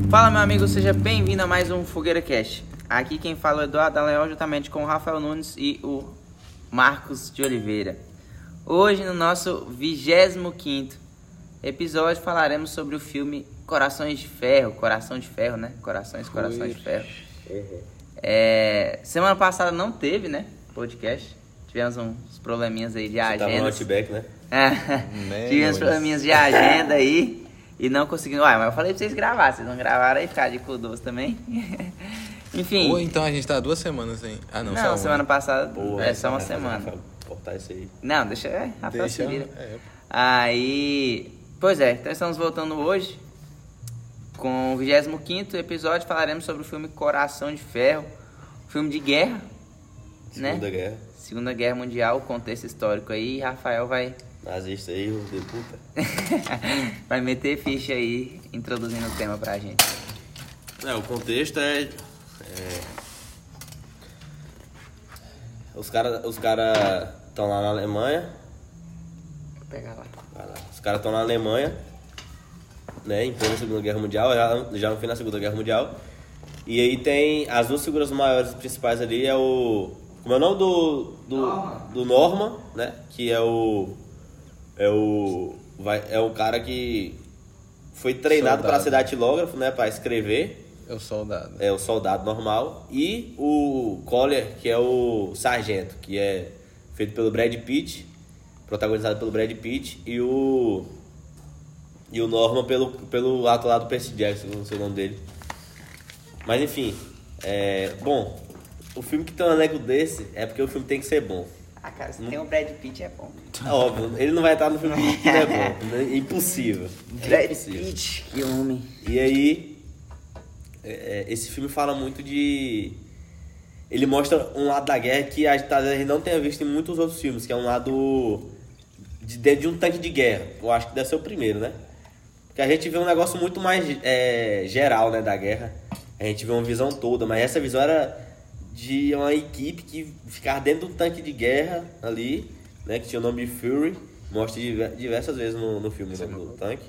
Fala, meu amigo, seja bem-vindo a mais um Fogueira Cast. Aqui quem fala é o Eduardo Leão, juntamente com o Rafael Nunes e o Marcos de Oliveira. Hoje, no nosso 25º episódio, falaremos sobre o filme Corações de Ferro. Coração de Ferro, né? Corações de Ferro. Semana passada não teve, né? Podcast. Tivemos uns probleminhas aí de agenda. Tava no Outback, né? Tivemos probleminhas de agenda aí. E não conseguimos. Mas eu falei pra vocês gravar. Vocês não gravaram aí, ficar de cu doce também. Enfim. Ou então a gente tá 2 semanas sem. Ah, não, não, semana passada. Pô, só uma semana. Rafael, cortar isso aí. Não, deixa. Rafael se vira. É. Aí. Pois é, então estamos voltando hoje com o 25º episódio. Falaremos sobre o filme Coração de Ferro. Filme de guerra. Segunda Guerra. Segunda Guerra Mundial, contexto histórico aí. E Rafael vai. Nazista aí, o de puta. Vai meter ficha aí, introduzindo o tema pra gente. O contexto é os cara estão lá na Alemanha. Vou pegar lá. Vai lá. Os caras estão na Alemanha, né, em plena Segunda Guerra Mundial, já no fim da Segunda Guerra Mundial. E aí tem as duas figuras maiores principais ali, é o... Como é o nome do Norman, né, que é o cara que foi treinado para ser datilógrafo, né, para escrever. É o soldado. É o soldado normal. E o Collier, que é o sargento, que é feito pelo Brad Pitt, protagonizado pelo Brad Pitt, e o Norman pelo ator lá do Percy Jackson, não sei o nome dele. Mas enfim, bom, o filme que tem um elenco desse é porque o filme tem que ser bom. Ah, cara, se tem o Brad Pitt é bom. É óbvio, ele não vai estar no filme que não é bom. Né? Impossível. Brad Pitt, que homem. E aí, esse filme fala muito de... Ele mostra um lado da guerra que a gente não tenha visto em muitos outros filmes, que é um lado de um tanque de guerra. Eu acho que deve ser o primeiro, né? Porque a gente vê um negócio muito mais geral, né, da guerra. A gente vê uma visão toda, mas essa visão era de uma equipe que ficava dentro do tanque de guerra ali, né, que tinha o nome de Fury, mostra diversas vezes no filme o nome do tanque.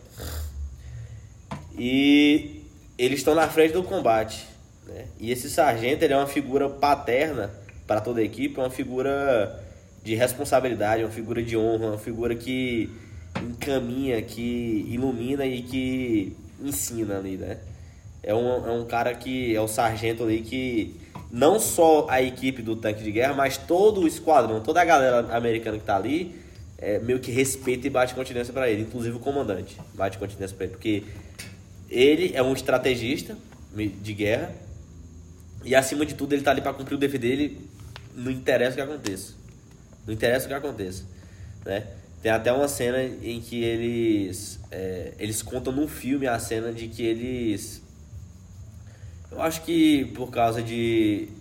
E eles estão na frente do combate, né? E esse sargento, ele é uma figura paterna para toda a equipe, uma figura de responsabilidade, uma figura de honra, uma figura que encaminha, que ilumina e que ensina ali, né? É um cara que é o sargento ali que não só a equipe do tanque de guerra, mas todo o esquadrão, toda a galera americana que tá ali, meio que respeita e bate continência pra ele. Inclusive o comandante bate continência pra ele, porque ele é um estrategista de guerra e, acima de tudo, ele tá ali pra cumprir o dever dele, não interessa o que aconteça. Não interessa o que aconteça, né? Tem até uma cena em que eles contam no filme a cena de que eles... Eu acho que por causa de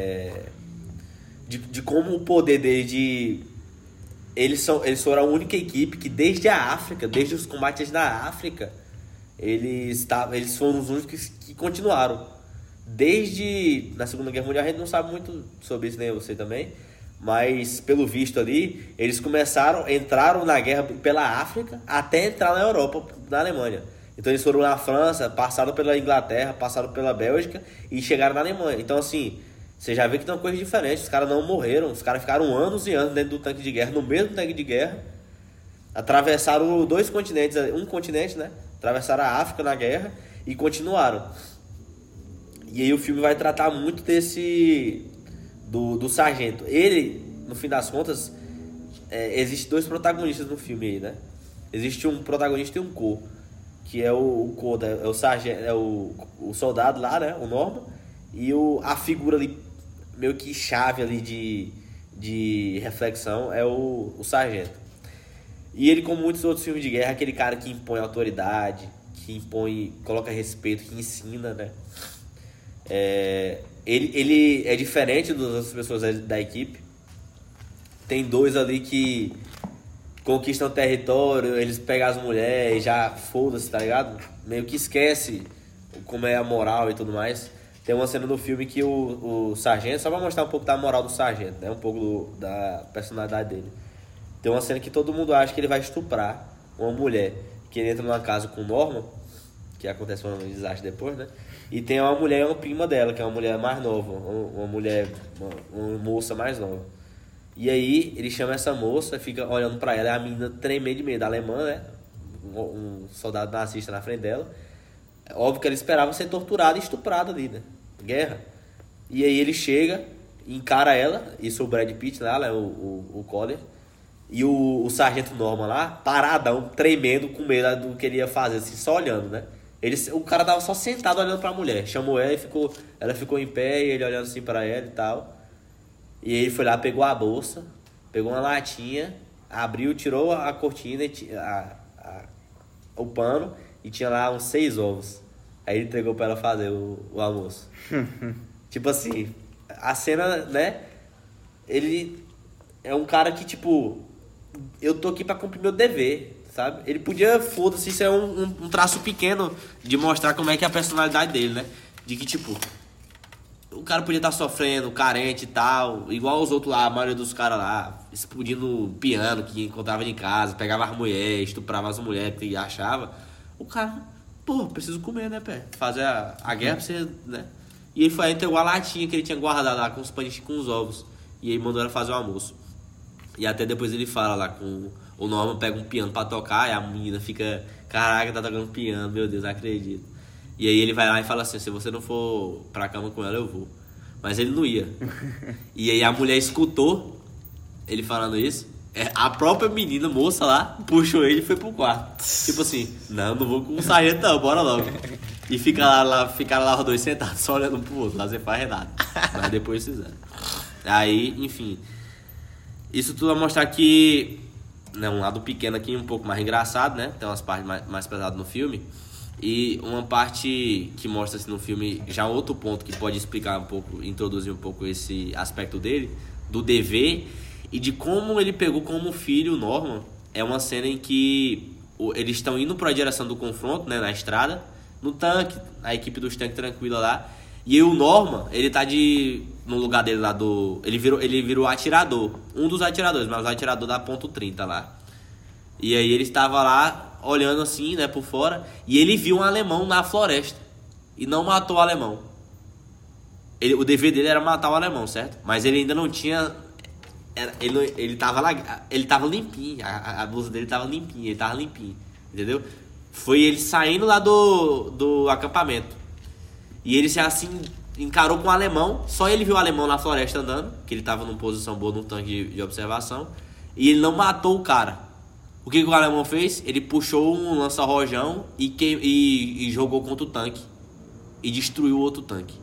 como o poder deles eles foram a única equipe que desde a África, desde os combates da África, eles foram os únicos que continuaram. Desde na Segunda Guerra Mundial, a gente não sabe muito sobre isso, nem você também, mas pelo visto ali, eles entraram na guerra pela África até entrar na Europa, na Alemanha. Então eles foram na França, passaram pela Inglaterra, passaram pela Bélgica e chegaram na Alemanha. Então, assim, você já vê que tem uma coisa diferente. Os caras não morreram, os caras ficaram anos e anos dentro do tanque de guerra, no mesmo tanque de guerra. Atravessaram 2 continentes, um continente, né? Atravessaram a África na guerra e continuaram. E aí o filme vai tratar muito do sargento. Ele, no fim das contas, existe 2 protagonistas no filme aí, né? Existe um protagonista e um co, que é o Coda, é o sargento, o soldado lá, né, o Norman, e a figura ali, meio que chave ali de reflexão é o sargento. E ele, como muitos outros filmes de guerra, é aquele cara que impõe autoridade, que coloca respeito, que ensina, né. Ele é diferente das outras pessoas da equipe. Tem 2 ali que conquistam território, eles pegam as mulheres e já foda-se, tá ligado? Meio que esquece como é a moral e tudo mais. Tem uma cena no filme que o sargento, só pra mostrar um pouco da moral do sargento, né? Um pouco da personalidade dele. Tem uma cena que todo mundo acha que ele vai estuprar uma mulher, que ele entra numa casa com o Norman, que acontece um desastre depois, né? E tem uma mulher, uma prima dela, que é uma mulher mais nova, uma mulher, uma moça mais nova. E aí ele chama essa moça, fica olhando pra ela, e a menina tremendo de medo, alemã, né? Um soldado nazista na frente dela. Óbvio que ela esperava ser torturada e estuprada ali, né? Guerra. E aí ele chega, encara ela, isso é o Brad Pitt lá, né? O Collier. E o sargento Norman lá, paradão, tremendo, com medo do que ele ia fazer, assim, só olhando, né? O cara tava só sentado olhando pra mulher. Chamou ela e ela ficou em pé, e ele olhando assim pra ela e tal. E ele foi lá, pegou a bolsa, pegou uma latinha, abriu, tirou a cortina, o pano, e tinha lá uns 6 ovos. Aí ele entregou pra ela fazer o almoço. Tipo assim, a cena, né? Ele é um cara que, tipo, eu tô aqui pra cumprir meu dever, sabe? Ele podia, foda-se, isso é um traço pequeno de mostrar como é que é a personalidade dele, né? De que, tipo, o cara podia estar sofrendo, carente e tal, igual os outros lá, a maioria dos caras lá, explodindo piano que encontrava em casa, pegava as mulheres, estuprava as mulheres que achava. O cara, pô, preciso comer, né, pé? Fazer a guerra pra você, né? E ele foi aí, entregou a latinha que ele tinha guardado lá com os paninhos com os ovos. E aí mandou ela fazer o almoço. E até depois ele fala lá com o Norman, pega um piano pra tocar, e a menina fica, caraca, tá tocando piano, meu Deus, não acredito. E aí ele vai lá e fala assim, se você não for pra cama com ela, eu vou. Mas ele não ia. E aí a mulher escutou ele falando isso. A própria menina, moça lá, puxou ele e foi pro quarto. Tipo assim, não vou com o sargento não, bora logo. E ficaram lá os dois sentados, só olhando um pro outro, lá sem fazer nada. Mas depois fizeram. Aí, enfim. Isso tudo vai mostrar que, né, um lado pequeno aqui, um pouco mais engraçado, né? Tem umas partes mais pesadas no filme. E uma parte que mostra assim, no filme, já outro ponto que pode explicar um pouco, introduzir um pouco esse aspecto dele, do dever e de como ele pegou como filho o Norman. É uma cena em que eles estão indo para a direção do confronto, né, na estrada, no tanque, a equipe dos tanques tranquila lá. E aí o Norman, ele tá no lugar dele lá do... Ele virou atirador, um dos atiradores, mas o atirador da ponto 30 lá. E aí ele estava lá olhando assim, né, por fora, e ele viu um alemão na floresta e não matou o alemão. O dever dele era matar o alemão, certo? Mas ele ainda não tinha... Ele tava limpinho, a blusa dele tava limpinha, ele tava limpinho, entendeu? Foi ele saindo lá do acampamento. E ele já assim encarou com o alemão, só ele viu o alemão na floresta andando, que ele tava numa posição boa no tanque de observação, e ele não matou o cara. O que o alemão fez? Ele puxou um lança-rojão e jogou contra o tanque. E destruiu o outro tanque.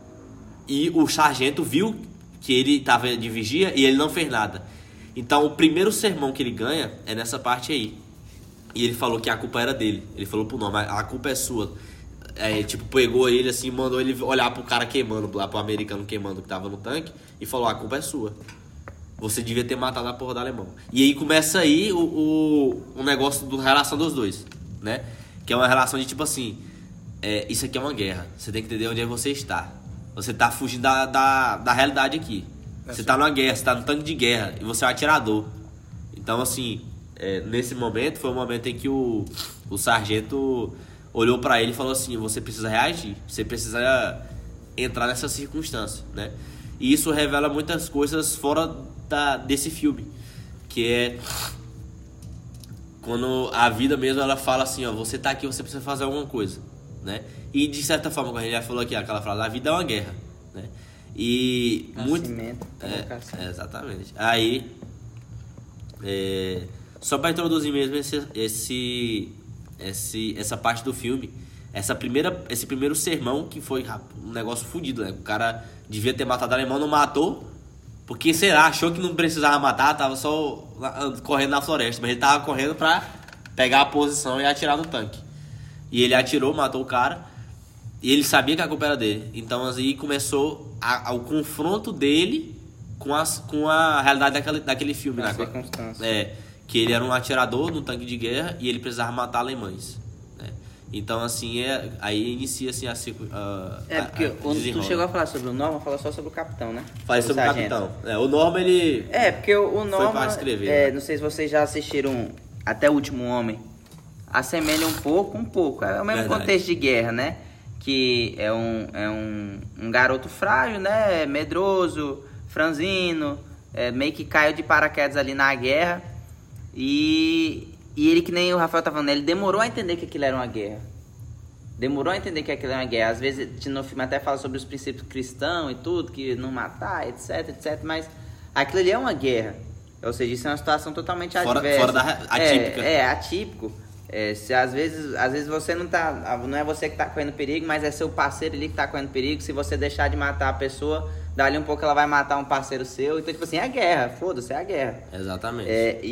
E o sargento viu que ele estava de vigia e ele não fez nada. Então o primeiro sermão que ele ganha é nessa parte aí. E ele falou que a culpa era dele. Ele falou pro Norman, a culpa é sua. Tipo, pegou ele assim, mandou ele olhar pro cara queimando, lá pro americano queimando que tava no tanque, e falou, a culpa é sua. Você devia ter matado a porra do alemão. E aí começa aí o negócio da relação dos dois, né? Que é uma relação de tipo assim, isso aqui é uma guerra. Você tem que entender onde é que você está. Você tá fugindo da realidade aqui. Você tá numa guerra, você tá no tanque de guerra. E você é um atirador. Então assim, nesse momento, foi o momento em que o sargento olhou pra ele e falou assim, você precisa reagir. Você precisa entrar nessa circunstância, né? E isso revela muitas coisas fora desse filme, que é quando a vida mesmo ela fala assim, ó, você tá aqui, você precisa fazer alguma coisa, né? E de certa forma, como a gente já falou aqui, aquela frase, a vida é uma guerra, né? E Nascimento, exatamente. Aí só para introduzir mesmo essa parte do filme, esse primeiro sermão que foi um negócio fodido, né? O cara devia ter matado o alemão, não matou. Porque, sei lá, achou que não precisava matar, tava só correndo na floresta. Mas ele tava correndo pra pegar a posição e atirar no tanque. E ele atirou, matou o cara. E ele sabia que a culpa era dele. Então, aí começou o confronto dele com a realidade daquele filme. Na circunstância. Que ele era um atirador no tanque de guerra e ele precisava matar alemães. Né? Então, assim, aí inicia assim, porque quando tu chegou a falar sobre o Norman, fala só sobre o capitão, né? Fala sobre o capitão. O Norman, ele... porque o Norman... Foi pra escrever. Não sei se vocês já assistiram Até o Último Homem. assemelha um pouco. É o mesmo Verdade. contexto de guerra, né? Que é um garoto frágil, né? Medroso, franzino, meio que caiu de paraquedas ali na guerra. E ele, que nem o Rafael tá falando, ele demorou a entender que aquilo era uma guerra. Às vezes no filme até fala sobre os princípios cristãos e tudo, que não matar, etc. Mas aquilo ali é uma guerra. Ou seja, isso é uma situação totalmente adversa. Fora da atípica. Atípico. Se às vezes você não é você que tá correndo perigo, mas é seu parceiro ali que tá correndo perigo. Se você deixar de matar a pessoa, dali um pouco ela vai matar um parceiro seu. Então, tipo assim, é a guerra. Foda-se, é a guerra. Exatamente.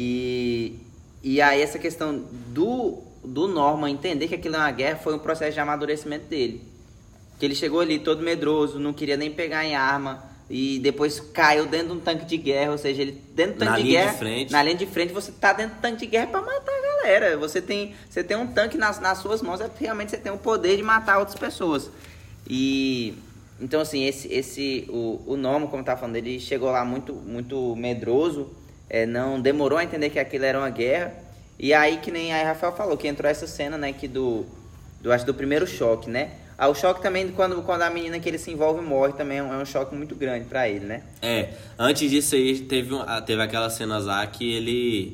E aí essa questão do Norman entender que aquilo é uma guerra foi um processo de amadurecimento dele. Que ele chegou ali todo medroso, não queria nem pegar em arma, e depois caiu dentro de um tanque de guerra. Ou seja, ele dentro do tanque de guerra, na linha de frente, você tá dentro do tanque de guerra pra matar a galera. Você tem um tanque nas suas mãos, realmente você tem o poder de matar outras pessoas. E então assim, o Norman, como tá falando, ele chegou lá muito medroso, não demorou a entender que aquilo era uma guerra. E aí, que nem a Rafael falou, que entrou essa cena, né, que acho do primeiro choque, né? O choque também, quando a menina que ele se envolve morre, também é um choque muito grande pra ele, né? Antes disso aí, teve aquela cena lá que ele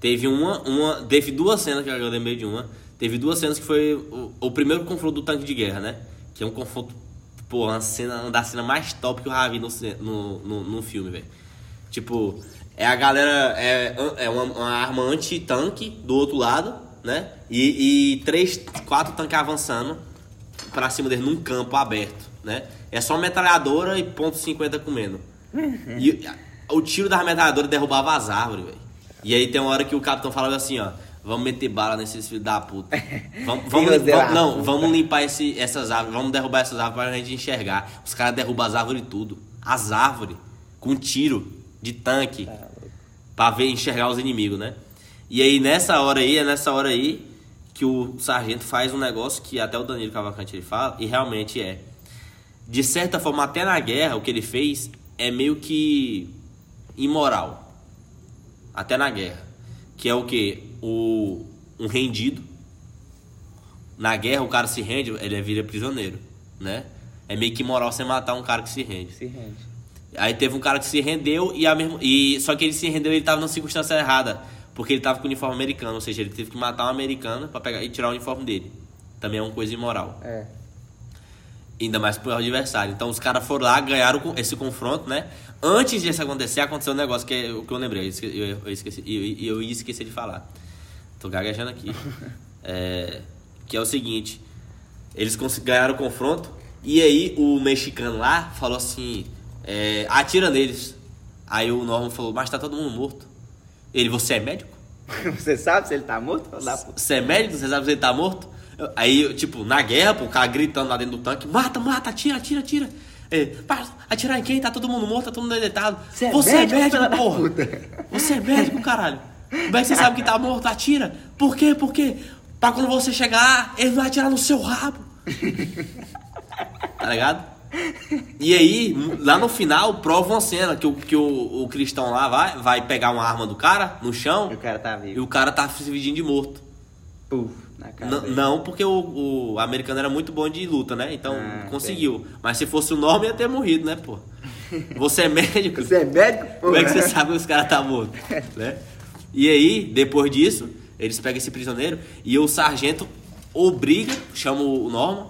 teve duas cenas, que eu lembrei de uma. Teve duas cenas que foi o primeiro confronto do tanque de guerra, né? Que é um confronto, uma das cenas mais top que eu já vi no filme, velho. Tipo, a galera, uma arma anti-tanque do outro lado, né? E 4 tanques avançando pra cima dele num campo aberto, né? É só metralhadora e .50 comendo. E o tiro da metralhadora derrubava as árvores, velho. E aí tem uma hora que o capitão falava assim, ó: vamos meter bala nesses filhos da puta. Vamos limpar essas árvores, vamos derrubar essas árvores pra gente enxergar. Os caras derrubam as árvores e tudo. As árvores, com tiro de tanque, pra enxergar os inimigos, né? E aí nessa hora aí que o sargento faz um negócio que até o Danilo Cavalcante ele fala, e realmente de certa forma, até na guerra, o que ele fez é meio que imoral. Até na guerra. Que é o quê? Um rendido. Na guerra, o cara se rende, ele vira prisioneiro, né? É meio que imoral você matar um cara que se rende. Aí teve um cara que se rendeu só que ele se rendeu e ele tava numa circunstância errada, porque ele tava com o uniforme americano, ou seja, ele teve que matar um americano pra pegar e tirar o uniforme dele. Também é uma coisa imoral. Ainda mais pro adversário. Então os caras foram lá, ganharam esse confronto, né? Antes disso acontecer, aconteceu um negócio que é o que eu lembrei. Eu ia esquecer de falar. Tô gaguejando aqui. Que é o seguinte: eles ganharam o confronto, e aí o mexicano lá falou assim: atira neles. Aí o Norman falou: mas tá todo mundo morto. Ele: você é médico? Você sabe se ele tá morto? Você é médico? Você sabe se ele tá morto? Aí, tipo, na guerra, o cara gritando lá dentro do tanque: mata, atira. Atirar em quem? Tá todo mundo morto, tá todo mundo deitado. Você é médico, porra! Você é médico, caralho! Como é que você sabe que tá morto? Atira! Por quê? Pra quando você chegar, ele vai atirar no seu rabo. Tá ligado? E aí, lá no final, prova uma cena que o cristão lá vai pegar uma arma do cara no chão. E o cara tá vivo. E o cara tá se fingindo de morto. Na cara não, porque o americano era muito bom de luta, né? Então conseguiu. Mas se fosse o Norman, ia ter morrido, né, pô? Você é médico? Você é médico, pô? Como é que você sabe que os caras tá morto, né? E aí, depois disso, eles pegam esse prisioneiro e o sargento chama o Norman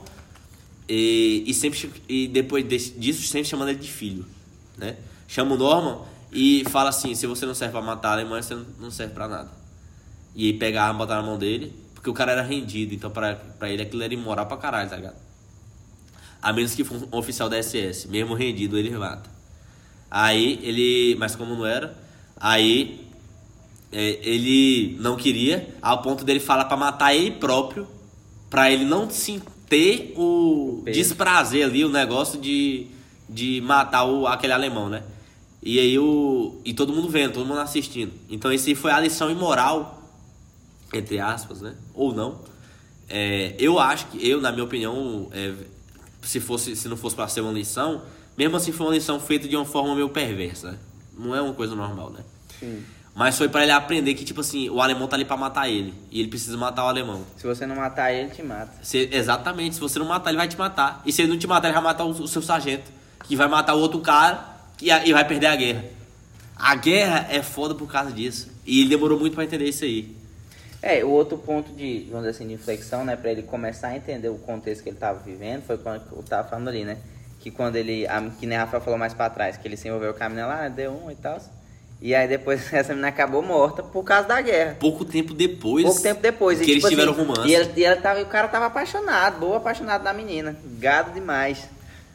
e depois disso sempre chamando ele de filho, né? Chama o Norman e fala assim: se você não serve pra matar a Alemanha, você não serve pra nada. E aí pega a arma e botar na mão dele, porque o cara era rendido, então pra ele aquilo era imoral pra caralho, tá ligado? A menos que fosse um oficial da SS, mesmo rendido, ele mata. Aí mas como não era, aí ele não queria, ao ponto dele falar pra matar ele próprio, pra ele não ter o desprazer ali, o negócio de matar aquele alemão, né? E aí e todo mundo vendo, todo mundo assistindo. Então esse foi a lição imoral, entre aspas, né? Ou não. Eu acho que, na minha opinião, se não fosse pra ser uma lição, mesmo assim foi uma lição feita de uma forma meio perversa, né? Não é uma coisa normal, né? Sim. Mas foi pra ele aprender que, tipo assim, o alemão tá ali pra matar ele. E ele precisa matar o alemão. Se você não matar ele te mata. Exatamente, se você não matar, ele vai te matar. E se ele não te matar, ele vai matar o seu sargento. Que vai matar o outro cara e vai perder a guerra. A guerra é foda por causa disso. E ele demorou muito pra entender isso aí. O outro ponto de, vamos dizer assim, de inflexão, né, pra ele começar a entender o contexto que ele tava vivendo, foi quando eu tava falando ali, né, que quando ele, que nem a Rafa falou mais pra trás, que ele se envolveu com a menina lá, né, deu um e tal, e aí depois essa menina acabou morta por causa da guerra. Pouco tempo depois. Que eles tiveram romance. E o cara tava apaixonado, apaixonado da menina, gado demais.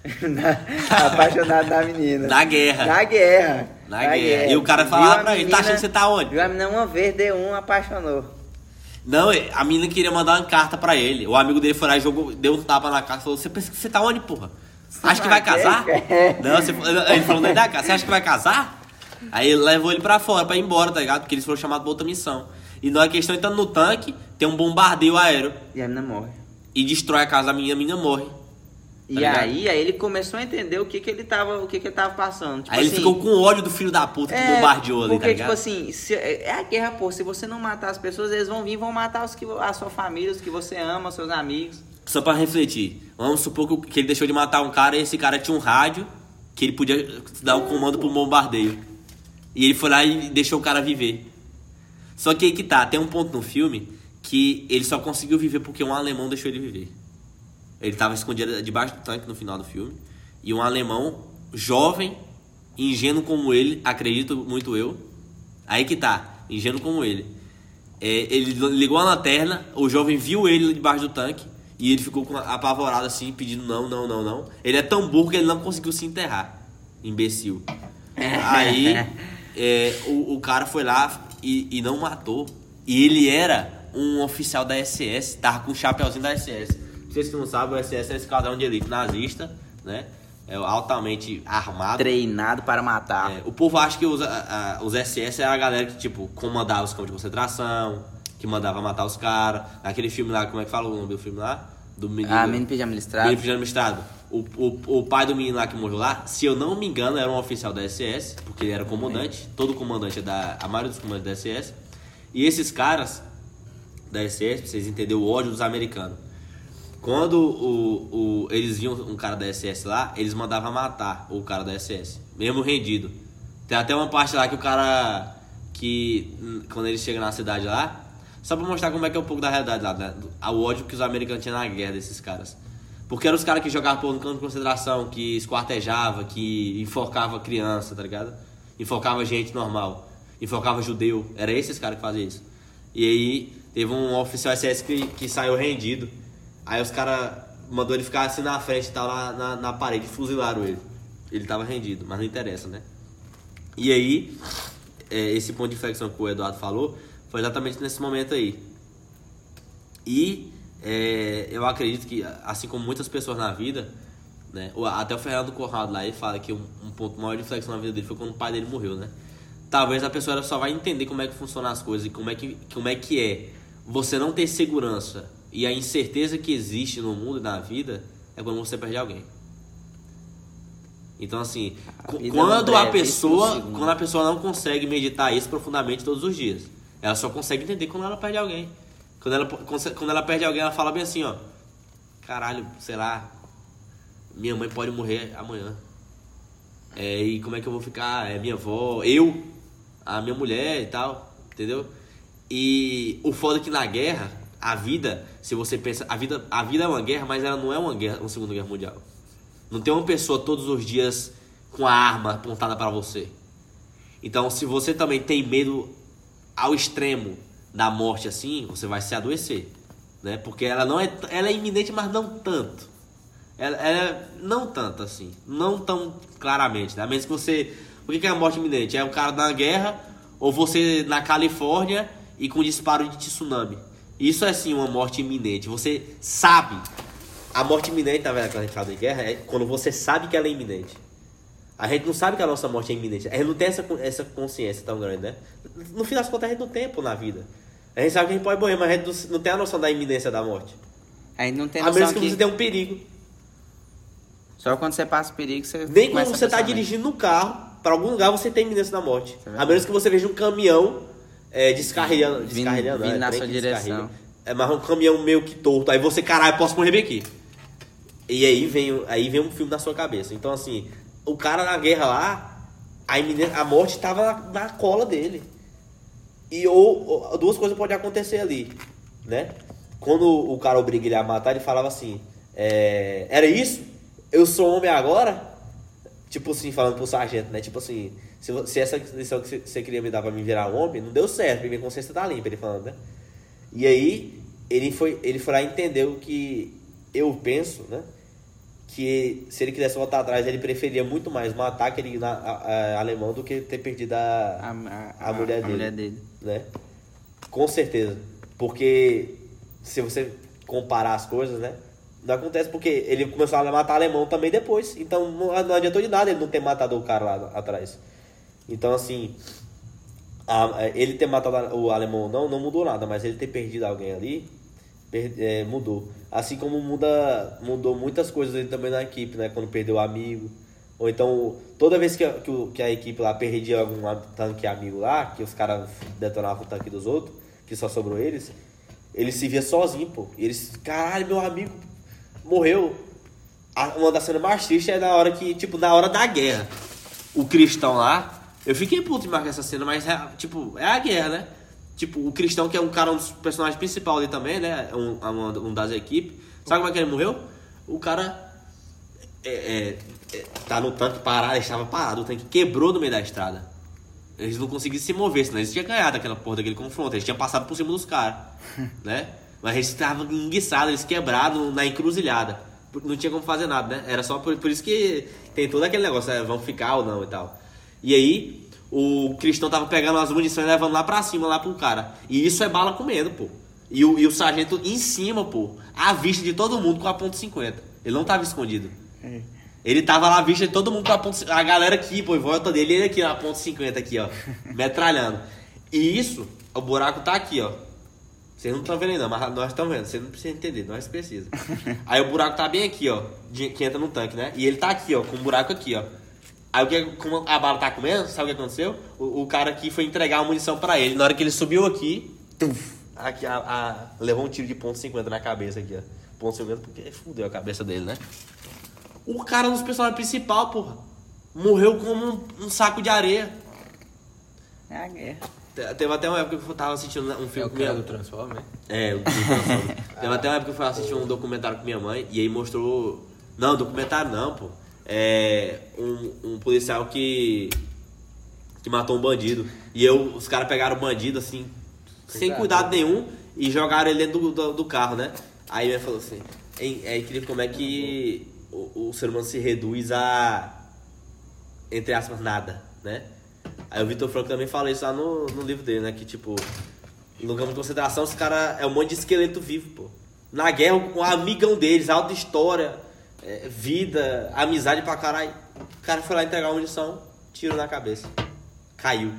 Apaixonado da menina. Na guerra. E o cara falava pra ele, tá achando que você tá onde? Viu a menina uma vez, deu um, apaixonou. Não, a menina queria mandar uma carta pra ele. O amigo dele foi lá e deu um tapa na cara e falou, você pensa que você tá onde, porra? Acha que vai casar? Não, ele falou, não é da casa, você acha que vai casar? Aí ele levou ele pra fora, pra ir embora, tá ligado? Porque eles foram chamados pra outra missão. E na hora que eles estão entrando no tanque, tem um bombardeio aéreo. E a menina morre. E destrói a casa da menina, a menina morre. E aí ele começou a entender o que ele tava passando. Tipo aí ele ficou com ódio do filho da puta que bombardeou ali, porque, tá ligado? Tipo assim, é a guerra, pô. Se você não matar as pessoas, eles vão vir e vão matar a sua família, os que você ama, os seus amigos. Só pra refletir. Vamos supor que ele deixou de matar um cara e esse cara tinha um rádio que ele podia dar o comando pro bombardeio. E ele foi lá e deixou o cara viver. Só que aí que tá, tem um ponto no filme que ele só conseguiu viver porque um alemão deixou ele viver. Ele estava escondido debaixo do tanque no final do filme. E um alemão, jovem, ingênuo como ele, acredito muito eu. Aí que tá, ingênuo como ele. Ele ligou a lanterna, o jovem viu ele debaixo do tanque. E ele ficou apavorado assim, pedindo não. Ele é tão burro que ele não conseguiu se enterrar. Imbecil. Aí o cara foi lá e não matou. E ele era um oficial da SS, tava com o chapeuzinho da SS. Vocês que não sabem, o SS é esse esquadrão de elite nazista, né? É altamente armado. Treinado para matar. O povo acha que os SS era a galera que, tipo, comandava os campos de concentração, que mandava matar os caras. Naquele filme lá, como é que fala o nome do filme lá? Do menino. Menino Pijama Listrado. Menino Pijama Listrado. O pai do menino lá que morreu lá, se eu não me engano, era um oficial da SS, porque ele era comandante. Todo comandante a maioria dos comandantes da SS. E esses caras da SS, pra vocês entenderem o ódio dos americanos. Quando eles viam um cara da SS lá, eles mandavam matar o cara da SS, mesmo rendido. Tem até uma parte lá que o cara, quando ele chega na cidade lá, só pra mostrar como é que é um pouco da realidade lá, né? O ódio que os americanos tinham na guerra desses caras. Porque eram os caras que jogavam no campo de concentração, que esquartejava, que enforcava criança, tá ligado? Enforcava gente normal, enforcava judeu. Era esses caras que faziam isso. E aí teve um oficial SS que saiu rendido. Aí os caras mandou ele ficar assim na frente, tá lá na parede, fuzilaram ele. Ele tava rendido, mas não interessa, né? E aí, esse ponto de inflexão que o Eduardo falou, foi exatamente nesse momento aí. E eu acredito que, assim como muitas pessoas na vida, né? Até o Fernando Conrado lá, ele fala que um ponto maior de inflexão na vida dele foi quando o pai dele morreu, né? Talvez a pessoa só vai entender como é que funcionam as coisas e como é que é você não ter segurança. E a incerteza que existe no mundo e na vida é quando você perde alguém. Então, assim, quando a pessoa não consegue meditar isso profundamente todos os dias, ela só consegue entender quando ela perde alguém. Quando ela perde alguém, ela fala bem assim, ó: caralho, sei lá, minha mãe pode morrer amanhã. E como é que eu vou ficar? Minha avó, a minha mulher e tal, entendeu? E o foda é que na guerra, a vida, se você pensa, a vida é uma guerra, mas ela não é uma Segunda Guerra Mundial. Não tem uma pessoa todos os dias com a arma apontada para você. Então, se você também tem medo ao extremo da morte assim, você vai se adoecer, né? Porque ela é iminente, mas não tanto. Ela não tanto assim, não tão claramente, né? A menos que você... O que é a morte iminente? É o cara na guerra ou você na Califórnia e com disparo de tsunami. Isso é sim uma morte iminente. Você sabe. A morte iminente, na verdade, quando a gente fala de guerra, é quando você sabe que ela é iminente. A gente não sabe que a nossa morte é iminente. A gente não tem essa consciência tão grande, né? No fim das contas, a gente não tem tempo na vida. A gente sabe que a gente pode morrer, mas a gente não tem a noção da iminência da morte. A gente não tem noção. A menos que você tenha um perigo. Só quando você passa o perigo, você... Nem quando você tá dirigindo no carro, pra algum lugar, você tem iminência da morte. A menos que você veja um caminhão descarrilhando. Descarrilhando, vindo na trem sua que direção. descarrilha. É mais um caminhão meio que torto. Aí você, caralho, posso morrer bem aqui. E aí vem um filme na sua cabeça. Então, assim, o cara na guerra lá, a morte tava na cola dele. E ou duas coisas podem acontecer ali, né? Quando o cara obriga ele a matar, ele falava assim, era isso? Eu sou homem agora? Tipo assim, falando pro sargento, né? Tipo assim, se essa lição que você queria me dar pra me virar homem, não deu certo, minha consciência tá limpa, ele falando, né? E aí, ele foi lá entender o que eu penso, né? Que se ele quisesse voltar atrás, ele preferia muito mais matar aquele alemão do que ter perdido a mulher dele. Né? Com certeza. Porque se você comparar as coisas, né? Não acontece porque ele começou a matar alemão também depois. Então não adiantou de nada ele não ter matado o cara lá atrás. Então assim, ele ter matado o alemão não mudou nada, mas ele ter perdido alguém ali mudou. Assim como mudou muitas coisas ali também na equipe, né? Quando perdeu o amigo. Ou então, toda vez que a equipe lá perdia algum tanque amigo lá, que os caras detonavam o tanque dos outros, que só sobrou eles se via sozinho, pô. E eles, caralho, meu amigo morreu. Uma das cenas mais tristes é na hora da guerra. O cristão lá, eu fiquei puto de marcar essa cena, mas é a guerra, né? Tipo, o cristão, que é um dos personagens principais ali também, né? Um das equipes. Sabe como é que ele morreu? O cara tá no tanque parado, ele estava parado, o tanque quebrou no meio da estrada. Eles não conseguiam se mover, senão eles tinham ganhado aquela porra daquele confronto. Eles tinham passado por cima dos caras, né? Mas eles estavam enguiçados, eles quebrados na encruzilhada. Não tinha como fazer nada, né? Era só por isso que tem todo aquele negócio, vão ficar ou não e tal. E aí, o cristão tava pegando as munições e levando lá pra cima, lá pro cara. E isso é bala comendo, pô. E o sargento em cima, pô, à vista de todo mundo com a .50. Ele não tava escondido. Ele tava lá à vista de todo mundo com a .50. A galera aqui, pô, em volta dele, ele aqui na .50 aqui, ó, metralhando. E isso, o buraco tá aqui, ó. Vocês não estão vendo ainda, mas nós estamos vendo. Vocês não precisam entender, nós precisamos. Aí o buraco tá bem aqui, ó, que entra no tanque, né? E ele tá aqui, ó, com um buraco aqui, ó. Aí como a bala tá comendo, sabe o que aconteceu? O cara aqui foi entregar a munição pra ele. Na hora que ele subiu aqui, aqui levou um tiro de .50 na cabeça aqui, ó. .50 porque fudeu a cabeça dele, né? O cara dos personagens principal, porra, morreu como um saco de areia. É a guerra. Teve até uma época que eu tava assistindo um filme o cara do Transformer? o Transformer. Teve até uma época que eu fui assistir um documentário com minha mãe e aí mostrou... Não, documentário não, pô. Um policial que matou um bandido. E os caras pegaram o bandido, assim, sem cuidado nenhum, e jogaram ele dentro do carro, né? Aí ele falou assim, é incrível como é que o ser humano se reduz a, entre aspas, nada, né? Aí o Vitor Franco também fala isso lá no livro dele, né? Que, tipo, no campo de concentração, os caras é um monte de esqueleto vivo, pô. Na guerra, um amigão deles, alta história, vida, amizade pra caralho. O cara foi lá entregar uma munição, tiro na cabeça. Caiu.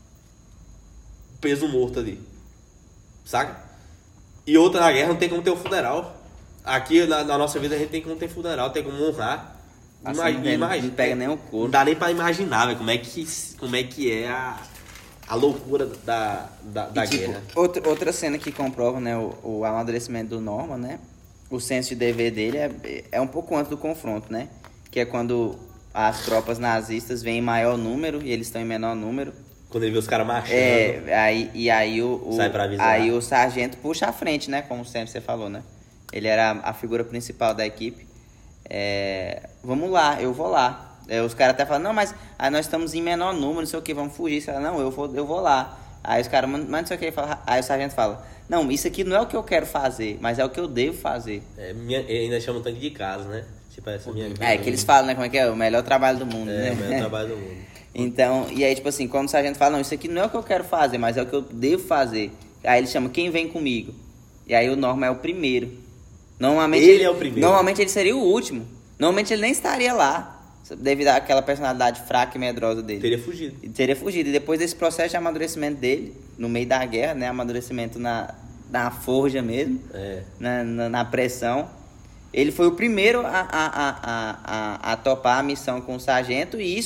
Peso morto ali. Saca? E outra, na guerra não tem como ter um funeral. Aqui na nossa vida a gente tem como ter funeral, tem como honrar. Imagina, não pega nem o corpo. Não dá nem pra imaginar, véio, como é que é a loucura da guerra. Outra cena que comprova, né, o amadurecimento do Norman, né? O senso de dever dele é um pouco antes do confronto, né? Que é quando as tropas nazistas vêm em maior número e eles estão em menor número. Quando ele vê os caras marchando. Sai pra avisar. Aí o sargento puxa a frente, né? Como sempre você falou, né? Ele era a figura principal da equipe. Vamos lá, eu vou lá. Os caras até falam, não, mas nós estamos em menor número, não sei o que, vamos fugir. Você fala, não, eu vou lá. Aí os caras, mas não sei o que, aí o sargento fala, não, isso aqui não é o que eu quero fazer, mas é o que eu devo fazer. Ainda chama tanque de casa, né? Tipo, essa minha vida. Que eles falam, né, como é que é? O melhor trabalho do mundo, né? O melhor trabalho do mundo. Então, e aí, tipo assim, quando o sargento fala, não, isso aqui não é o que eu quero fazer, mas é o que eu devo fazer. Aí ele chama, quem vem comigo? E aí o Norman é o primeiro. Normalmente ele é o primeiro. Normalmente ele seria o último. Normalmente ele nem estaria lá, devido àquela personalidade fraca e medrosa dele. Teria fugido. E depois desse processo de amadurecimento dele, no meio da guerra, né? Amadurecimento na forja mesmo, na pressão. Ele foi o primeiro a topar a missão com o sargento, e isso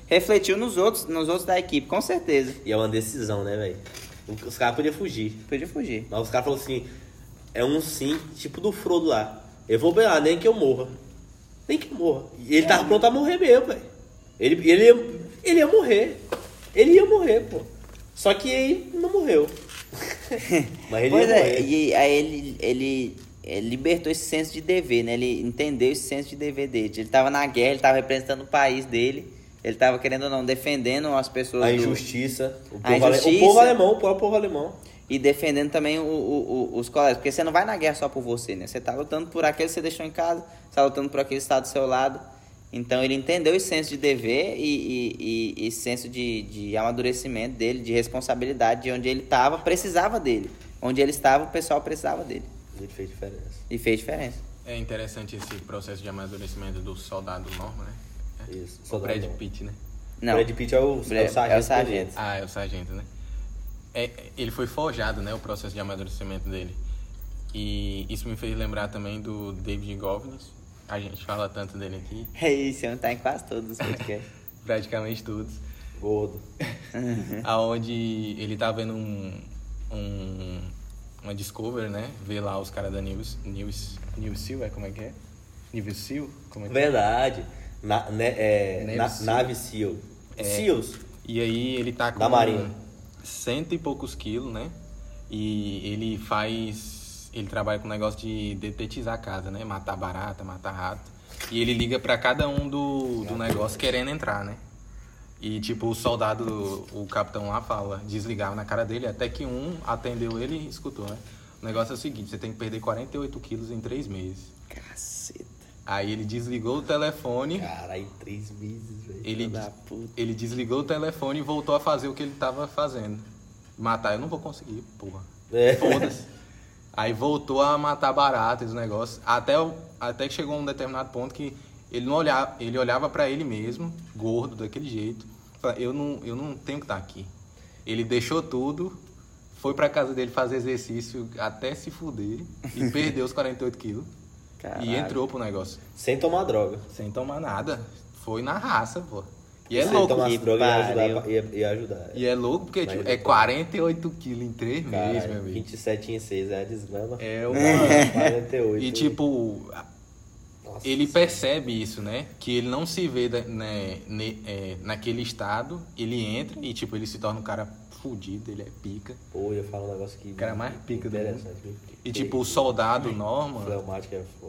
refletiu nos outros da equipe, com certeza. E é uma decisão, né, velho? Os caras podiam fugir. Podia fugir. Mas os caras falaram assim, é um sim, tipo do Frodo lá. Eu vou ganhar, nem que eu morra. Nem que eu morra. E ele tava pronto a morrer mesmo, velho. Ele ia morrer. Ele ia morrer, pô. Só que ele não morreu. Mas ele Pois ia morrer. e aí ele libertou esse senso de dever, né? Ele entendeu esse senso de dever dele. Ele tava na guerra, ele tava representando o país dele. Ele tava, querendo ou não, defendendo as pessoas A injustiça. O injustiça. povo alemão, o próprio povo alemão. E defendendo também os colegas. Porque você não vai na guerra só por você, né? Você tá lutando por aquele que você deixou em casa. Você tá lutando por aquele que está do seu lado. Então ele entendeu esse senso de dever e senso de amadurecimento dele, de responsabilidade, de onde ele estava, precisava dele. Onde ele estava, o pessoal precisava dele. Ele fez diferença. E fez diferença. É interessante esse processo de amadurecimento do soldado Norman, né? Isso. O Brad Pitt, né? Não, Brad Pitt é o sargento. é o sargento. Ah, é o sargento, né? Ele foi forjado, né? O processo de amadurecimento dele. E isso me fez lembrar também do David Goggins. A gente fala tanto dele aqui. É isso, ele tá em quase todos os podcasts. Praticamente todos. Gordo. Aonde ele tá vendo uma Discovery, né? Vê lá os caras da New Seal, como é que é? New Seal? Como é que é? Verdade. Navy Seal. Nave Seal. Seals. E aí ele tá com Da Marinha. 100 e poucos quilos, né? E ele trabalha com o negócio de detetizar a casa, né? Matar barata, matar rato. E ele liga pra cada um do negócio querendo entrar, né? E tipo, o soldado, o capitão lá desligava na cara dele, até que um atendeu ele e escutou, né? O negócio é o seguinte, você tem que perder 48 quilos em 3 meses. Caceta. Aí ele desligou o telefone. Caralho, 3 meses, velho. Ele desligou o telefone e voltou a fazer o que ele tava fazendo. Matar, eu não vou conseguir, porra. Foda-se. Aí voltou a matar baratas, os negócios. Até que chegou a um determinado ponto que ele olhava pra ele mesmo, gordo, daquele jeito. Falava, eu não tenho que estar aqui. Ele deixou tudo, foi pra casa dele fazer exercício até se fuder e perdeu os 48 quilos. Caralho. E entrou pro negócio. Sem tomar droga. Sem tomar nada. Foi na raça, pô. E é Sem louco. tomar que droga pariu. ia ajudar. E é louco porque Mas tipo, ele é 48 quilos em 3 meses, meu Caralho, amigo. 27 em 6 é a desgrama. É uma... 48. E tipo, Nossa. ele percebe isso, né? Que ele não se vê naquele estado, ele entra e tipo, ele se torna um cara fudido, ele é pica. Pô, eu ia falar um negócio que... O cara mais pica do mundo. Interessante. E tipo, o soldado Norman, Fleumático é foda.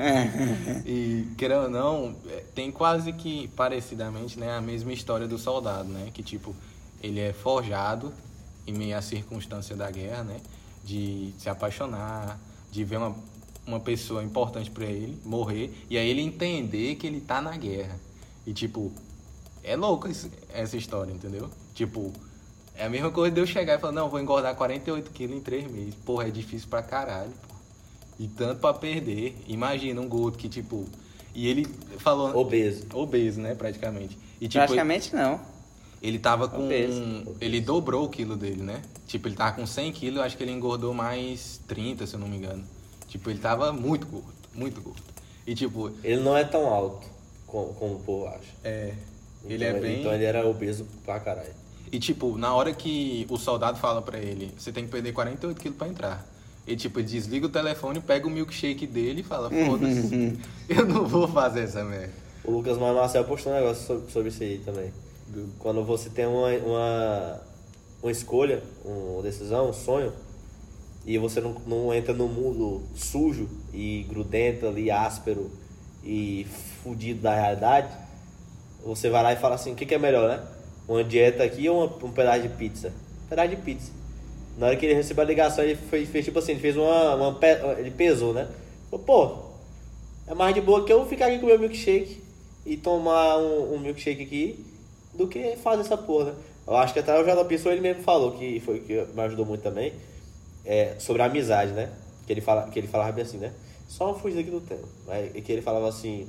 e querendo ou não, tem quase que parecidamente, né, a mesma história do soldado, né? Que tipo, ele é forjado em meio à circunstância da guerra, né? De se apaixonar, de ver uma pessoa importante pra ele morrer, e aí ele entender que ele tá na guerra. E tipo, é louco essa história, entendeu? Tipo, é a mesma coisa de eu chegar e falar, não, vou engordar 48 quilos em 3 meses. Porra, é difícil pra caralho, pô. E tanto pra perder. Imagina um gordo que, tipo... E ele falou... Obeso, né, praticamente. E, tipo, Praticamente não. ele tava com... Obeso. Ele dobrou o quilo dele, né? Tipo, ele tava com 100 quilos, eu acho que ele engordou mais 30, se eu não me engano. Tipo, ele tava muito gordo, muito gordo. E, tipo... Ele não é tão alto como o povo acha. Ele é bem... Então ele era obeso pra caralho. E, tipo, na hora que o soldado fala pra ele, você tem que perder 48 quilos pra entrar. E, tipo, ele desliga o telefone, pega o milkshake dele e fala, foda-se, eu não vou fazer essa merda. O Lucas Marcel postou um negócio sobre isso aí também. Quando você tem uma escolha, uma decisão, um sonho, e você não entra no mundo sujo e grudento ali, áspero e fudido da realidade, você vai lá e fala assim, o que é melhor, né? Uma dieta aqui ou um pedaço de pizza? Um pedaço de pizza. Na hora que ele recebeu a ligação, ele fez tipo assim, ele fez ele pesou, né? Falou, pô, é mais de boa que eu ficar aqui com o meu milkshake e tomar um milkshake aqui do que fazer essa porra, né? Eu acho que até o JP ele mesmo falou, que foi que me ajudou muito também, sobre a amizade, né? Que ele falava bem assim, né? Só uma fugida aqui do tempo. E que ele falava assim,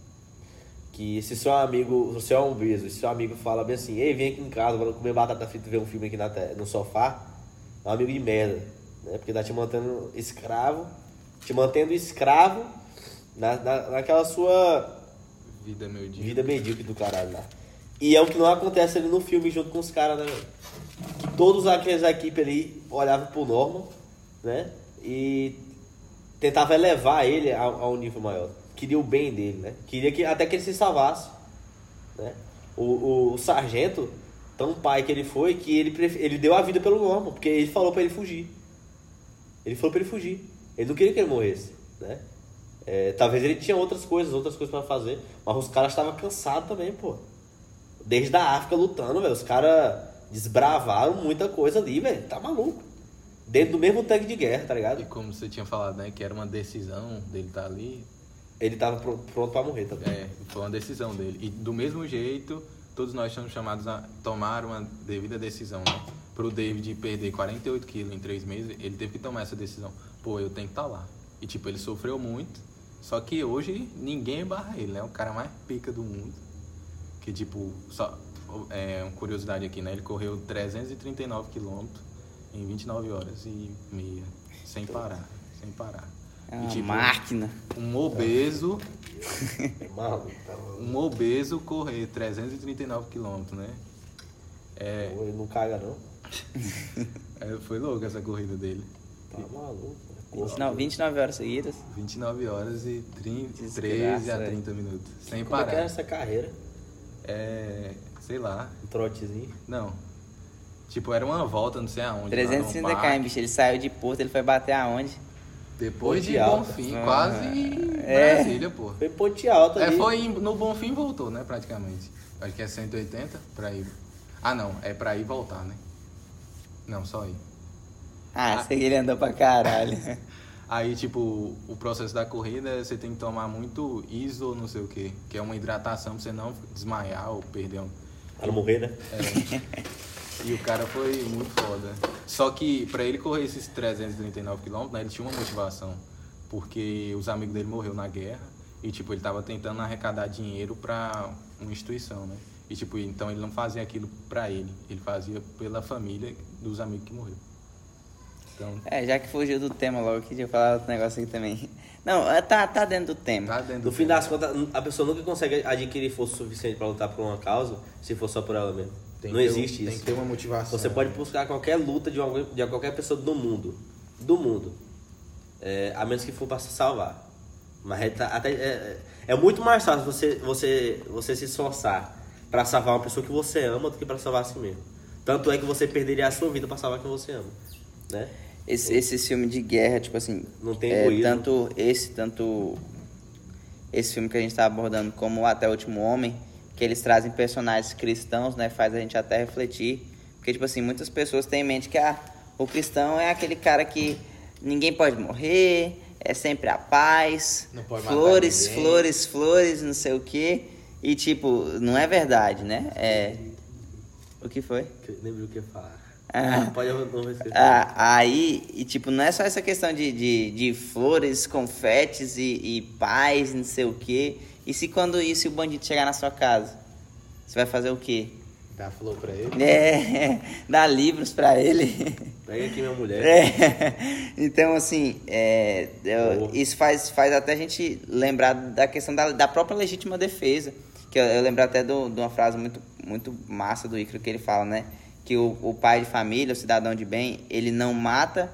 que se seu amigo, se você é um obeso, se seu amigo fala bem assim, ei, vem aqui em casa, vamos comer batata frita e ver um filme aqui no sofá, é um amigo de merda, né? Porque tá te mantendo escravo naquela sua Vida medíocre. vida medíocre do caralho lá. E é o que não acontece ali no filme junto com os caras, né, velho? Que todos aqueles equipes ali olhavam pro Norman, né? E tentava elevar ele a um nível maior. Queria o bem dele, né? Queria que até que ele se salvasse, né? O sargento, tão pai que ele foi, que ele deu a vida pelo Norman, porque ele falou pra ele fugir. Ele falou pra ele fugir. Ele não queria que ele morresse, né? Talvez ele tinha outras coisas pra fazer, mas os caras estavam cansados também, pô. Desde a África lutando, velho. Os caras desbravaram muita coisa ali, velho. Tá maluco. Dentro do mesmo tanque de guerra, tá ligado? E como você tinha falado, né? Que era uma decisão dele estar ali. Ele tava pronto pra morrer também. Foi uma decisão dele. E do mesmo jeito, todos nós somos chamados a tomar uma devida decisão, né? Pro David perder 48 quilos em 3 meses, ele teve que tomar essa decisão. Pô, eu tenho que estar lá. E tipo, ele sofreu muito. Só que hoje ninguém barra ele, né? O cara mais pica do mundo. Que tipo, só uma curiosidade aqui, né? Ele correu 339 quilômetros em 29 horas e meia. Sem parar. É uma E, tipo, máquina. Um obeso... Maluco, tá maluco. Um obeso correr 339 quilômetros, né? Ele não caga, não. Foi louco essa corrida dele. Tá maluco. 29 horas seguidas. 29 horas e 13 a Desgraça, 30 minutos. Sem Como é que é parar. essa carreira? Sei lá. Um trotezinho. Não. Tipo, era uma volta, não sei aonde. 360 lá no parque. km, bicho. Ele saiu de Porto, ele foi bater aonde? Depois de Ponte Alta. Bonfim, quase É. Brasília, pô. Foi Ponte Alta ali. Foi no Bonfim e voltou, né, praticamente. Acho que é 180 pra ir. Ah, não. É pra ir e voltar, né? Não, só ir. Sei que ele andou pra caralho. Aí, tipo, o processo da corrida, você tem que tomar muito ISO, não sei o quê, que é uma hidratação pra você não desmaiar ou perder um... Pra não morrer, né? E o cara foi muito foda. Só que pra ele correr esses 339 km, né, ele tinha uma motivação. Porque os amigos dele morreram na guerra e, tipo, ele tava tentando arrecadar dinheiro pra uma instituição, né? E, tipo, então ele não fazia aquilo pra ele. Ele fazia pela família dos amigos que morreram. Então, Já que fugiu do tema logo, eu queria falar outro negócio aqui também. Não, tá dentro do tema. tá dentro No do fim tema. das contas, a pessoa nunca consegue adquirir força suficiente pra lutar por uma causa se for só por ela mesma. Tem Não que existe Tem isso. que ter uma motivação. Você pode buscar qualquer luta de qualquer pessoa do mundo. A menos que for pra se salvar. Mas é muito mais fácil você se esforçar pra salvar uma pessoa que você ama do que pra salvar a si mesmo. Tanto é que você perderia a sua vida pra salvar quem você ama, né? Esse filme de guerra, tipo assim... Não tem egoísmo. Tanto esse filme que a gente tá abordando como o Até o Último Homem, que eles trazem personagens cristãos, né? Faz a gente até refletir. Porque, tipo assim, muitas pessoas têm em mente que o cristão é aquele cara que ninguém pode morrer, é sempre a paz, Não pode matar flores, ninguém. flores, flores, não sei o quê. E, tipo, não é verdade, né? O que foi? Lembro o que eu ia falar. Ah. Não esquecer. Aí, e tipo, não é só essa questão de flores, confetes e paz, não sei o quê. E se o bandido chegar na sua casa? Você vai fazer o quê? Dá flor pra ele. Dar livros pra ele. Pega aqui minha mulher. Então, assim, isso faz até a gente lembrar da questão da própria legítima defesa. Que eu lembro até de uma frase muito, muito massa do Ícaro, que ele fala, né? Que o pai de família, o cidadão de bem, ele não mata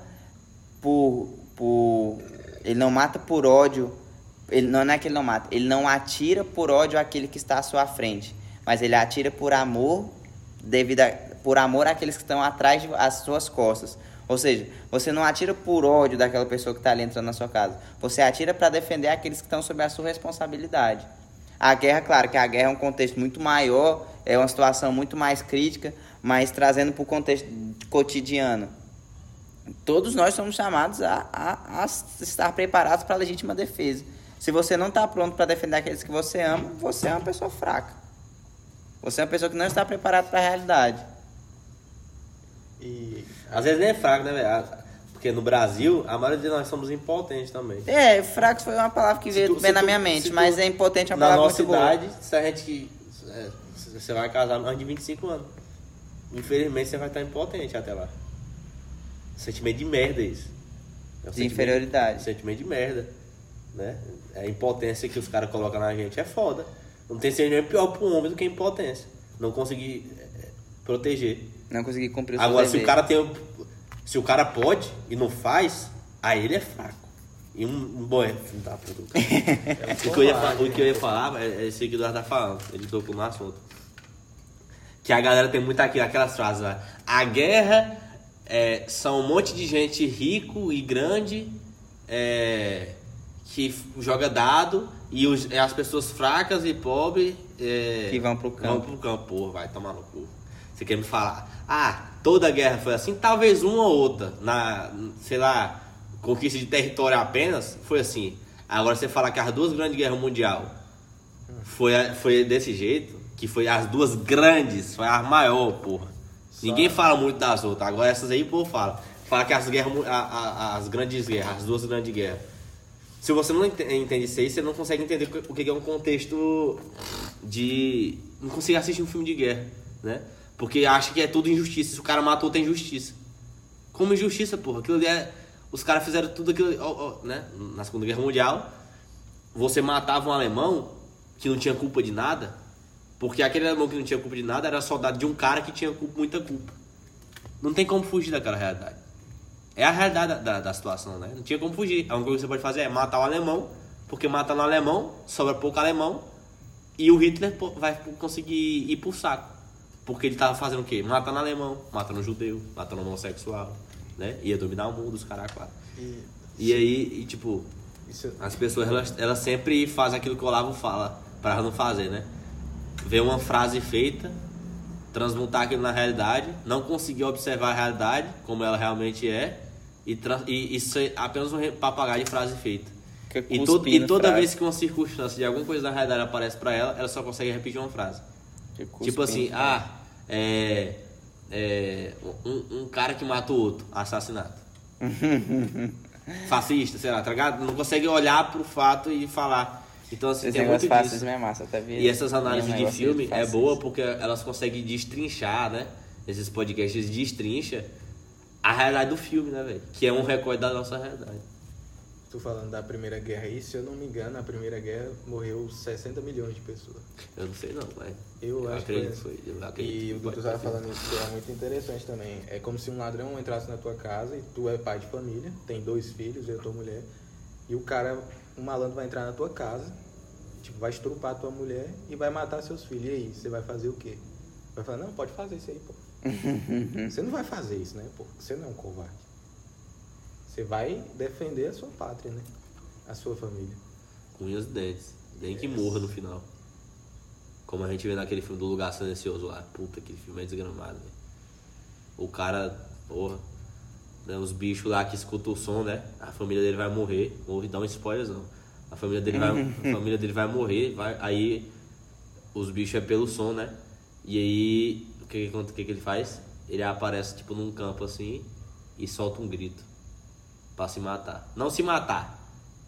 ele não mata por ódio. Não é que ele não mata, ele não atira por ódio àquele que está à sua frente, mas ele atira por amor, por amor àqueles que estão atrás das suas costas. Ou seja, você não atira por ódio daquela pessoa que está ali entrando na sua casa, você atira para defender aqueles que estão sob a sua responsabilidade. A guerra, claro que a guerra é um contexto muito maior, é uma situação muito mais crítica, mas trazendo para o contexto cotidiano. Todos nós somos chamados a estar preparados para a legítima defesa. Se você não está pronto para defender aqueles que você ama, você é uma pessoa fraca. Você é uma pessoa que não está preparada para a realidade. E às vezes nem é fraco, né, velho? Porque no Brasil, a maioria de nós somos impotentes também. Fraco foi uma palavra que veio bem na minha mente, mas é impotente é uma na palavra nossa muito boa. idade, se a gente... você vai casar mais de 25 anos. Infelizmente, você vai estar impotente até lá. Sentimento de merda isso. De inferioridade. Sentimento de merda, né? A impotência que os caras colocam na gente é foda. Não tem sentimento pior para um homem do que a impotência. não conseguir proteger. Não conseguir cumprir o seu Agora, dever. se o cara pode e não faz, aí ele é fraco. E um bom filho da puta. O que eu ia falar é isso aí que o Eduardo tá falando. Ele tocou no assunto. Que a galera tem muito aquelas frases lá. A guerra são um monte de gente rico e grande que joga dado e as pessoas fracas e pobres que vão pro campo. Vão pro campo, porra, vai tomar no cu. Você quer me falar? Toda guerra foi assim? Talvez uma ou outra. Sei lá, conquista de território apenas, foi assim. Agora você falar que as duas grandes guerras mundiais foi desse jeito, que foi as duas grandes, foi a maior, porra. Ninguém fala muito das outras. Agora essas aí, pô, fala que as grandes guerras, as duas grandes guerras. Se você não entende isso aí, você não consegue entender o que é um contexto de... Não consegue assistir um filme de guerra, né? Porque acha que é tudo injustiça. Se o cara matou, tem injustiça. Como injustiça, porra? Aquilo ali os caras fizeram tudo aquilo, né? Na Segunda Guerra Mundial, você matava um alemão que não tinha culpa de nada, porque aquele alemão que não tinha culpa de nada era soldado de um cara que tinha muita culpa. Não tem como fugir daquela realidade. É a realidade da situação, né? Não tinha como fugir. A única coisa que você pode fazer é matar o alemão, porque matando o alemão, sobra pouco alemão, e o Hitler vai conseguir ir pro saco. Porque ele tava fazendo o quê? Matando alemão, matando judeu, matando homossexual, né? Ia dominar o mundo, os caras, claro. E aí, tipo, as pessoas, elas sempre fazem aquilo que o Olavo fala, pra não fazer, né? Ver uma frase feita, transmutar aquilo na realidade, não conseguir observar a realidade como ela realmente é, e ser apenas um papagaio de frase feita. E toda vez que uma circunstância de alguma coisa na realidade aparece pra ela, ela só consegue repetir uma frase. Tipo assim, um cara que mata o outro, assassinato. Fascista, sei lá, tá ligado? Não consegue olhar pro fato e falar. Então, assim, tem muito disso. É massa, tá vendo? E essas análises de filme é boa porque elas conseguem destrinchar, né? Esses podcasts destrincham a realidade do filme, né, velho? Que é um recorte da nossa realidade. Tô falando da Primeira Guerra aí, se eu não me engano, na Primeira Guerra morreu 60 milhões de pessoas. Eu não sei não, mas eu acho acredito que foi. Eu acredito. E o doutor estava falando isso, que é muito interessante também. É como se um ladrão entrasse na tua casa e tu é pai de família, tem 2 filhos, eu e tua mulher, e um malandro vai entrar na tua casa, tipo, vai estrupar a tua mulher e vai matar seus filhos. E aí, você vai fazer o quê? Vai falar, não, pode fazer isso aí, pô. Você não vai fazer isso, né, pô? Você não é um covarde. Você vai defender a sua pátria, né? A sua família. Com unhas e dentes. Nem que morra no final. Como a gente vê naquele filme do Lugar Silencioso lá. Puta, aquele filme é desgramado, velho. O cara, porra, né, os bichos lá que escutam o som, né? A família dele vai morrer. Vou dar um spoiler, não. A família dele vai morrer. Aí os bichos é pelo som, né? E aí, o que ele faz? Ele aparece, tipo, num campo assim e solta um grito. Pra se matar. Não se matar.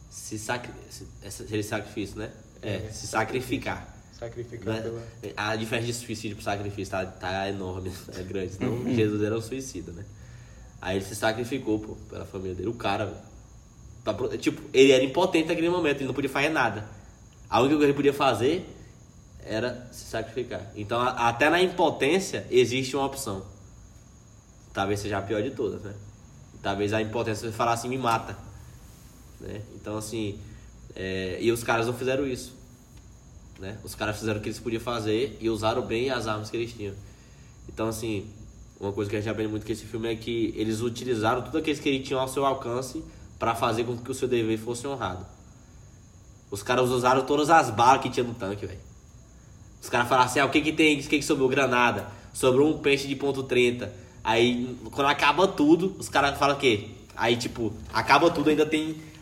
Seria sacrifício, né? Se sacrificar. Sacrificar Né? pela... A diferença de suicídio pro sacrifício tá enorme, é grande. Senão Jesus era um suicida, né? Aí ele se sacrificou, pô, pela família dele. O cara, velho. Tipo, ele era impotente naquele momento, ele não podia fazer nada. A única coisa que ele podia fazer era se sacrificar. Então, até na impotência, existe uma opção. Talvez seja a pior de todas, né? Talvez a impotência de falar assim, me mata, né? Então, assim, e os caras não fizeram isso, né? Os caras fizeram o que eles podiam fazer e usaram bem as armas que eles tinham. Então, assim, uma coisa que a gente aprende muito com esse filme é que eles utilizaram tudo aquilo que eles tinham ao seu alcance para fazer com que o seu dever fosse honrado. Os caras usaram todas as balas que tinha no tanque, velho. Os caras falaram assim, o que sobrou? Granada. Sobrou um peixe de ponto .30. Aí, quando acaba tudo, os caras falam o quê? Aí, tipo, acaba tudo, ainda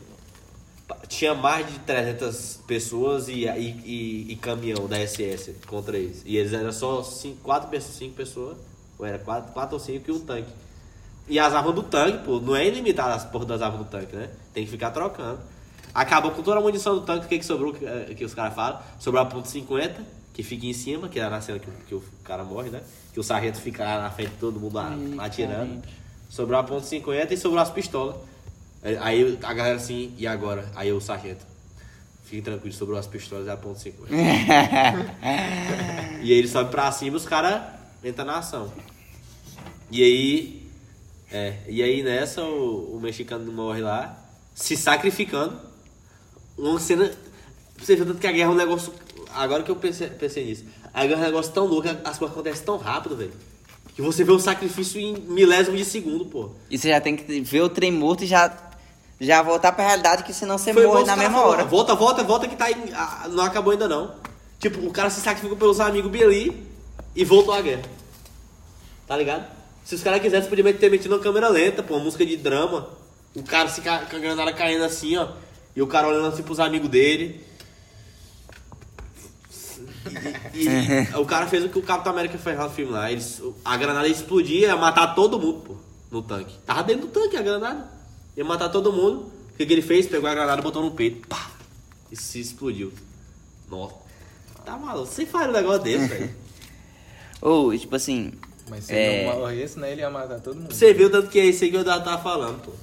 tinha mais de 300 pessoas e caminhão da SS contra eles. E eles eram só 5 pessoas, ou era 4 ou 5 e um tanque. E as armas do tanque, pô, não é ilimitada as porra das armas do tanque, né? Tem que ficar trocando. Acabou com toda a munição do tanque, o que sobrou, que os caras falam? Sobrou a .50, que fica em cima, que era na cena que o cara morre, né? Que o sargento fica lá na frente de todo mundo atirando. Sobrou a .50 e sobrou as pistolas. Aí a galera assim, e agora? Aí o sargento, Fiquem tranquilos, sobrou as pistolas e a ponto 50. E aí ele sobe pra cima e os caras entram na ação. E aí nessa o mexicano morre lá, se sacrificando. Uma cena. Você vê tanto que a guerra é um negócio. Agora que eu pensei nisso. A guerra é um negócio tão louco, as coisas acontecem tão rápido, velho. Que você vê o sacrifício em milésimo de segundo, pô. E você já tem que ver o trem morto e já voltar pra realidade, que senão você Foi morre igual na os caras mesma hora. falaram, volta que tá aí. Não acabou ainda não. Tipo, o cara se sacrificou pelos amigos Beli e voltou à guerra. Tá ligado? Se os caras quisessem, podiam ter metido uma câmera lenta, pô, uma música de drama. O cara se com a granada caindo assim, ó. E o cara olhando assim pros amigos dele. E o cara fez o que o Capitão América fez no filme lá. A granada explodia, ia matar todo mundo, pô, no tanque. Tava dentro do tanque a granada. Ia matar todo mundo. O que ele fez? Pegou a granada e botou no peito. Pá! E se explodiu. Nossa. Tá maluco. Você faz um negócio desse, velho. Ou, tipo assim... Mas se ele não morresse, né, ele ia matar todo mundo. Você viu o tanto que é isso aí que eu tava falando, pô.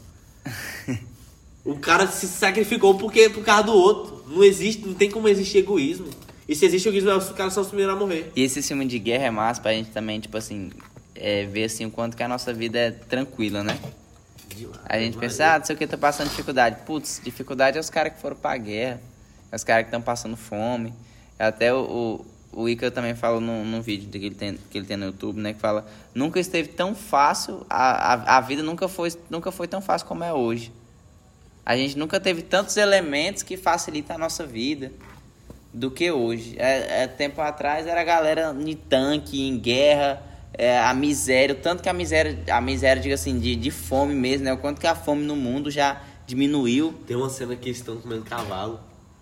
O cara se sacrificou por causa do outro. Não tem como existir egoísmo. E se existe egoísmo, os caras são os primeiros a morrer. E esse filme de guerra é massa pra gente também, tipo assim... ver assim o quanto que a nossa vida é tranquila, né? A gente pensa, não sei o que, tá passando dificuldade. Putz, dificuldade é os caras que foram pra guerra. É os caras que estão passando fome. Até o Ica também falou num vídeo que ele tem no YouTube, né? Que fala, nunca esteve tão fácil, a vida nunca foi tão fácil como é hoje. A gente nunca teve tantos elementos que facilitam a nossa vida do que hoje. Tempo atrás era a galera em tanque, em guerra... a miséria, o tanto que a miséria, diga assim, de fome mesmo, né? O quanto que a fome no mundo já diminuiu. Tem uma cena que eles estão comendo cavalo.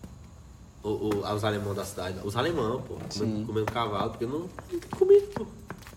Os alemães da cidade. Os alemães, pô. Comendo cavalo, porque não tem comida, pô.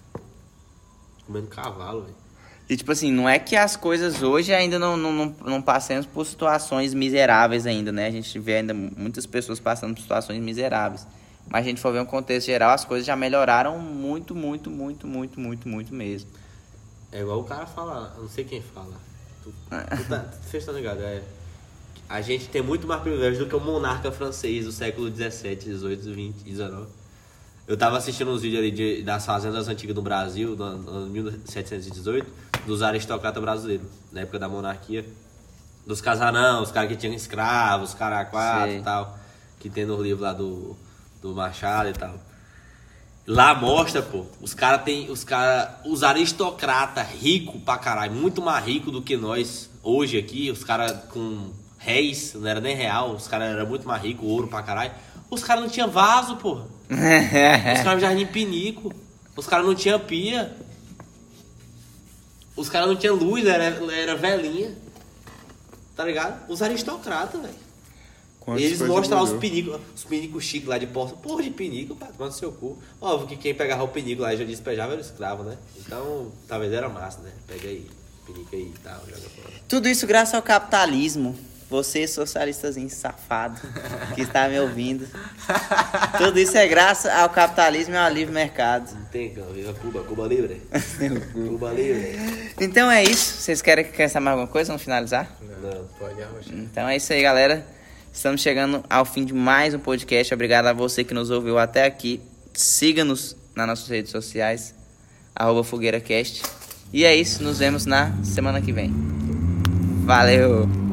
Comendo cavalo, velho. E tipo assim, não é que as coisas hoje ainda não passemos por situações miseráveis ainda, né? A gente vê ainda muitas pessoas passando por situações miseráveis. Mas a gente for ver um contexto geral, as coisas já melhoraram muito, muito, muito, muito, muito, muito mesmo. É igual o cara fala, eu não sei quem fala. Vocês estão ligados? A gente tem muito mais privilégio do que o monarca francês do século XVII, XVIII, XX, XIX. Eu tava assistindo uns vídeos ali das fazendas antigas do Brasil, no 1718, dos aristocratas brasileiros, na época da monarquia. Dos casarão, os caras que tinham escravos, os caras quatro e tal, que tem no livro lá do Machado e tal. Lá mostra, pô, os aristocratas ricos pra caralho, muito mais ricos do que nós hoje aqui, os caras com réis, não era nem real, os caras eram muito mais ricos, ouro pra caralho. Os caras não tinham vaso, pô. Os caras já em pinico. Os caras não tinham pia. Os caras não tinham luz, era velhinha. Tá ligado? Os aristocratas, velho. Eles mostram lá os pinicos chiques lá de porta. Porra de pinico, pá, tomando seu cu. Óbvio que quem pegava o pinico lá e já despejava era o escravo, né? Então, talvez era massa, né? Pega aí, pinico aí e tal, joga fora. Tudo isso graças ao capitalismo. Você, socialistazinho safado, que está me ouvindo. Tudo isso é graças ao capitalismo e ao livre mercado. Não tem, cara. Viva Cuba livre. Cuba livre. Então é isso. Vocês querem acrescentar mais alguma coisa? Vamos finalizar? Não. Pode arrochar. Então é isso aí, galera. Estamos chegando ao fim de mais um podcast. Obrigado a você que nos ouviu até aqui. Siga-nos nas nossas redes sociais, @FogueiraCast. E é isso, nos vemos na semana que vem. Valeu!